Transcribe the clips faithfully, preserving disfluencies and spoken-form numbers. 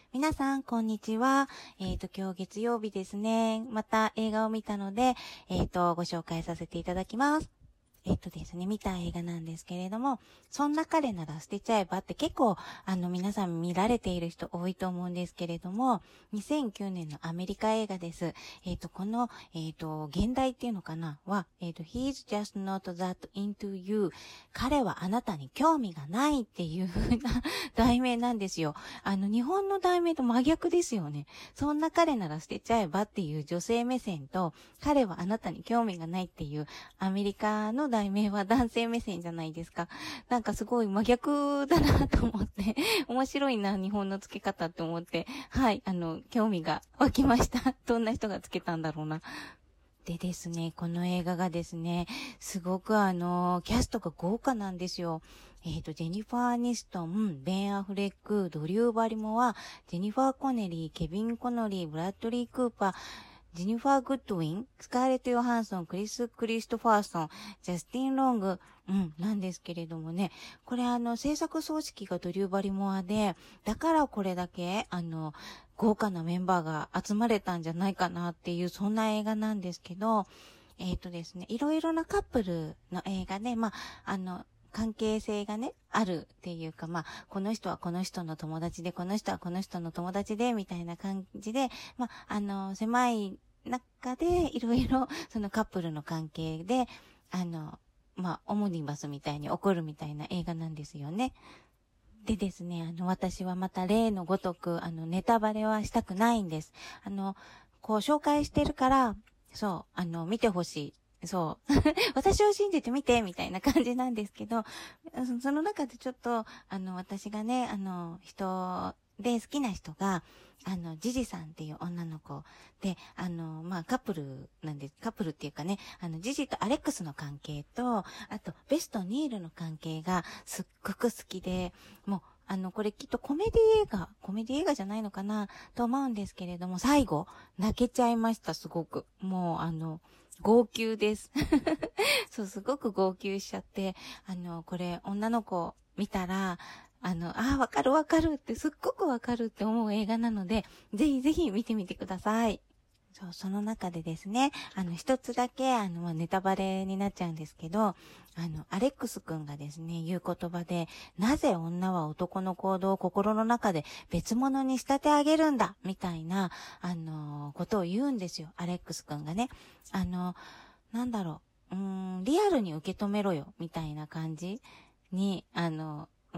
皆さん、こんにちは。えっと、今日月曜日ですね。また映画を見たので、えっと、ご紹介させていただきます。えっとですね、見た映画なんですけれども、そんな彼なら捨てちゃえばって結構、あの、皆さん見られている人多いと思うんですけれども、にせんきゅうねんのアメリカ映画です。えっと、この、えっと、現代っていうのかなは、えっと、He's just not that into you. 彼はあなたに興味がないっていう風な題名なんですよ。あの、日本の題名と真逆ですよね。そんな彼なら捨てちゃえばっていう女性目線と、彼はあなたに興味がないっていうアメリカの題名は男性目線じゃないですか。なんかすごい真逆だなと思って、面白いな、日本の付け方って思って、はい、あの、興味が湧きました。どんな人が付けたんだろうな。でですね、この映画がですね、すごくあの、キャストが豪華なんですよ。えっと、ジェニファー・アニストン、ベン・アフレック、ドリュー・バリモア、ジェニファー・コネリー、ケビン・コノリー、ブラッドリー・クーパー、ジェニファー・グッドウィン、スカーレット・ヨハンソン、クリス・クリストファーソン、ジャスティン・ロング、うん、なんですけれどもね、これあの、制作組織がドリュー・バリモアで、だからこれだけ、あの、豪華なメンバーが集まれたんじゃないかなっていう、そんな映画なんですけど、えっとですね、いろいろなカップルの映画で、まあ、あの、関係性がね、あるっていうか、まあ、この人はこの人の友達で、この人はこの人の友達で、みたいな感じで、まあ、あの、狭い中で、いろいろ、そのカップルの関係で、あの、まあ、オムニバスみたいに起こるみたいな映画なんですよね。でですね、あの、私はまた例のごとく、あの、ネタバレはしたくないんです。あの、こう、紹介してるから、そう、あの、見てほしい。そう。私を信じて見て、みたいな感じなんですけど、その中でちょっと、あの、私がね、あの、人で好きな人が、あの、ジジさんっていう女の子で、あの、まあ、カップルなんです。カップルっていうかね、あの、ジジとアレックスの関係と、あと、ベスとニールの関係がすっごく好きで、もう、あの、これきっとコメディ映画、コメディ映画じゃないのかなと思うんですけれども、最後、泣けちゃいました、すごく。もう、あの、号泣です。そう、すごく号泣しちゃって、あの、これ、女の子見たら、あの、ああ、わかるわかるって、すっごくわかるって思う映画なので、ぜひぜひ見てみてください。そう、その中でですね、あの、一つだけ、あの、まあ、ネタバレになっちゃうんですけど、あの、アレックスくんがですね、言う言葉で、なぜ女は男の行動を心の中で別物に仕立て上げるんだ、みたいな、あの、ことを言うんですよ、アレックスくんがね。あの、なんだろう、うーん、リアルに受け止めろよ、みたいな感じに、あの、うん、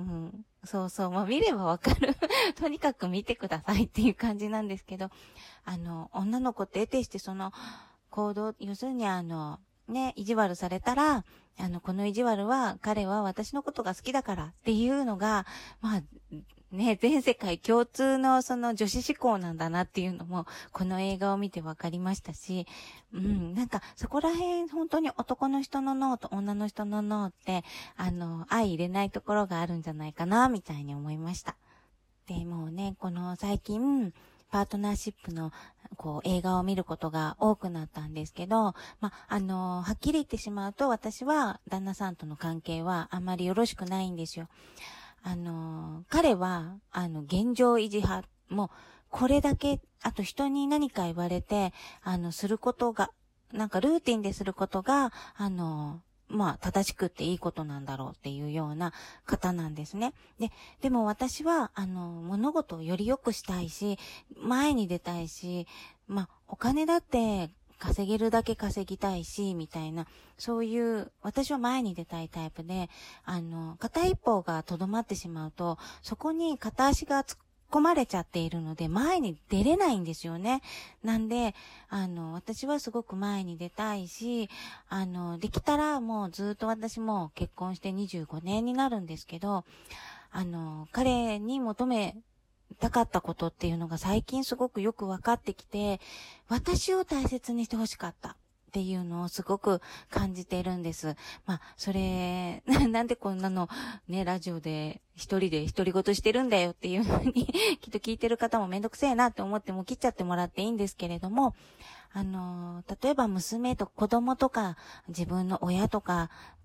そうそう、まあ、見ればわかる。とにかく見てくださいっていう感じなんですけど、あの、女の子って得てしてその行動、要するにあの、ね、意地悪されたら、あの、この意地悪は彼は私のことが好きだからっていうのが、まあ、ね、全世界共通のその女子志向なんだなっていうのも、この映画を見てわかりましたし、うん、なんかそこら辺本当に男の人の脳と女の人の脳って、あの、相入れないところがあるんじゃないかな、みたいに思いました。で、もうね、この最近、パートナーシップの、こう、映画を見ることが多くなったんですけど、ま、あの、はっきり言ってしまうと、私は、旦那さんとの関係はあんまりよろしくないんですよ。あの、彼は、あの、現状維持派、もう、これだけ、あと人に何か言われて、あの、することが、なんかルーティンですることが、あの、まあ、正しくっていいことなんだろうっていうような方なんですね。で、でも私は、あの、物事をより良くしたいし、前に出たいし、まあ、お金だって稼げるだけ稼ぎたいし、みたいな、そういう、私は前に出たいタイプで、あの、片一方がとどまってしまうと、そこに片足が突っ込まれちゃっているので、前に出れないんですよね。なんで、あの、私はすごく前に出たいし、あの、できたらもうずっと私も結婚してにじゅうごねんになるんですけど、あの、彼に求めたかったことっていうのが最近すごくよく分かってきて、私を大切にしてほしかったっていうのをすごく感じているんです。まあ、それ、なんでこんなのね、ラジオで一人で独り言してるんだよっていうふうにきっと聞いてる方もめんどくせえなって思っても切っちゃってもらっていいんですけれども、あの、例えば娘と子供とか自分の親とか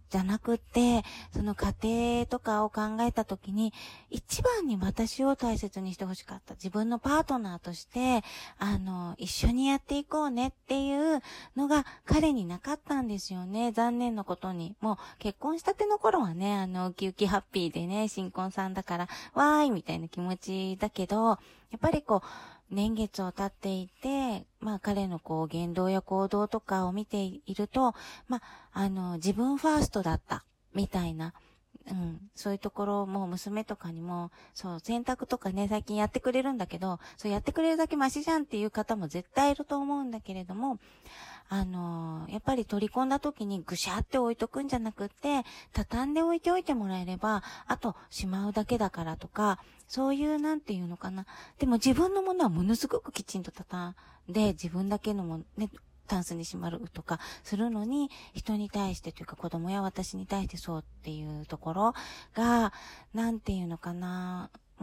じゃなくって、その家庭とかを考えたときに、一番に私を大切にしてほしかった。自分のパートナーとして、あの、一緒にやっていこうねっていうのが彼になかったんですよね。残念なことに。もう結婚したての頃はね、あの、ウキウキハッピーでね、新婚さんだから、わーいみたいな気持ちだけど、やっぱりこう、年月を経っていて、まあ彼のこう言動や行動とかを見ていると、まああの自分ファーストだったみたいな、うん、そういうところも娘とかにも、そう洗濯とかね最近やってくれるんだけど、そうやってくれるだけマシじゃんっていう方も絶対いると思うんだけれども、あのー、やっぱり取り込んだ時にぐしゃって置いとくんじゃなくって、畳んで置いておいてもらえれば、あとしまうだけだからとか、そういうなんていうのかな。でも自分のものはものすごくきちんと畳んで、自分だけのもね、タンスにしまるとかするのに、人に対してというか子供や私に対してそうっていうところが、なんていうのかな。うん、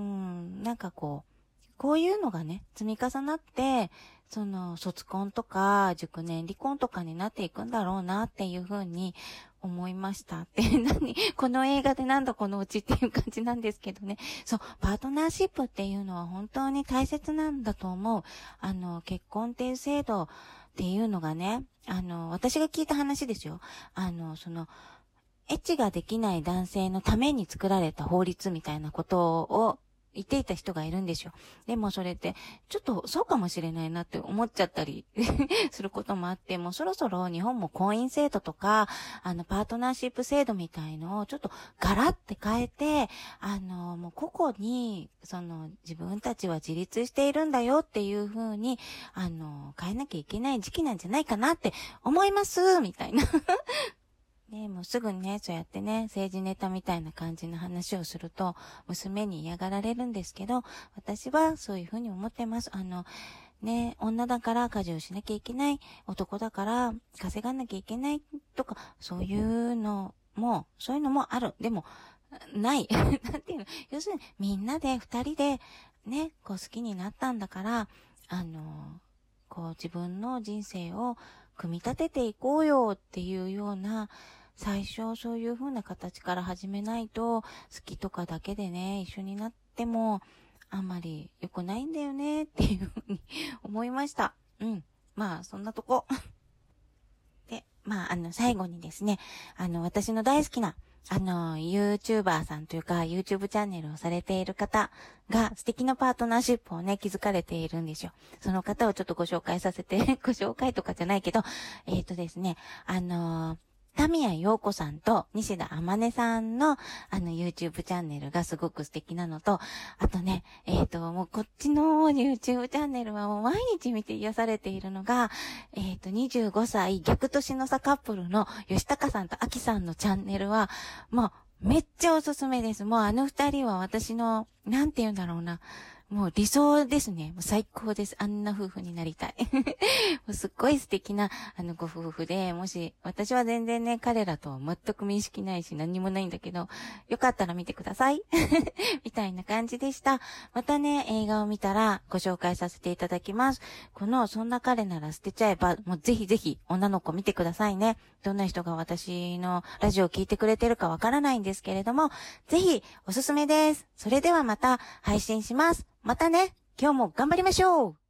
なんかこう、こういうのがね、積み重なって、その、卒婚とか、熟年離婚とかになっていくんだろうなっていうふうに思いましたって。何この映画でなんだこのうちっていう感じなんですけどね。そう、パートナーシップっていうのは本当に大切なんだと思う。あの、結婚っていう制度っていうのがね、あの、私が聞いた話ですよ。あの、その、エッチができない男性のために作られた法律みたいなことを、言っていた人がいるんですよ。でもそれって、ちょっとそうかもしれないなって思っちゃったりすることもあって、もうそろそろ日本も婚姻制度とか、あの、パートナーシップ制度みたいのをちょっとガラって変えて、あの、もう個々に、その、自分たちは自立しているんだよっていう風に、あの、変えなきゃいけない時期なんじゃないかなって思いますみたいなね、もうすぐにね、そうやってね、政治ネタみたいな感じの話をすると、娘に嫌がられるんですけど、私はそういうふうに思ってます。あの、ね、女だから家事をしなきゃいけない、男だから稼がなきゃいけないとか、そういうのも、そういうのもある。でも、ない。なんていうの、要するにみんなで二人でね、こう好きになったんだから、あの、こう自分の人生を組み立てていこうよっていうような、最初そういう風な形から始めないと、好きとかだけでね、一緒になっても、あんまり良くないんだよねっていう風に思いました。うん。まあ、そんなとこ。で、まあ、あの、最後にですね、あの、私の大好きな、あの、YouTuber さんというか、YouTube チャンネルをされている方が素敵なパートナーシップをね、築かれているんですよ。その方をちょっとご紹介させて、ご紹介とかじゃないけど、えっとですね、あのー、タミヤ陽子さんと西田あまねさんのあの YouTube チャンネルがすごく素敵なのと、あとね、えっと、もうこっちの YouTube チャンネルはもう毎日見て癒されているのが、えっと、にじゅうごさい逆年の差カップルの吉高さんとあきさんのチャンネルは、もうめっちゃおすすめです。もうあの二人は私の、なんて言うんだろうな。もう理想ですね。もう最高です。あんな夫婦になりたい。もうすっごい素敵な、あの、ご夫婦で、もし、私は全然ね、彼らとは全く面識ないし、何にもないんだけど、よかったら見てください。みたいな感じでした。またね、映画を見たらご紹介させていただきます。この、そんな彼なら捨てちゃえば、もうぜひぜひ、女の子見てくださいね。どんな人が私のラジオを聞いてくれてるかわからないんですけれども、ぜひ、おすすめです。それではまた、配信します。またね、今日も頑張りましょう。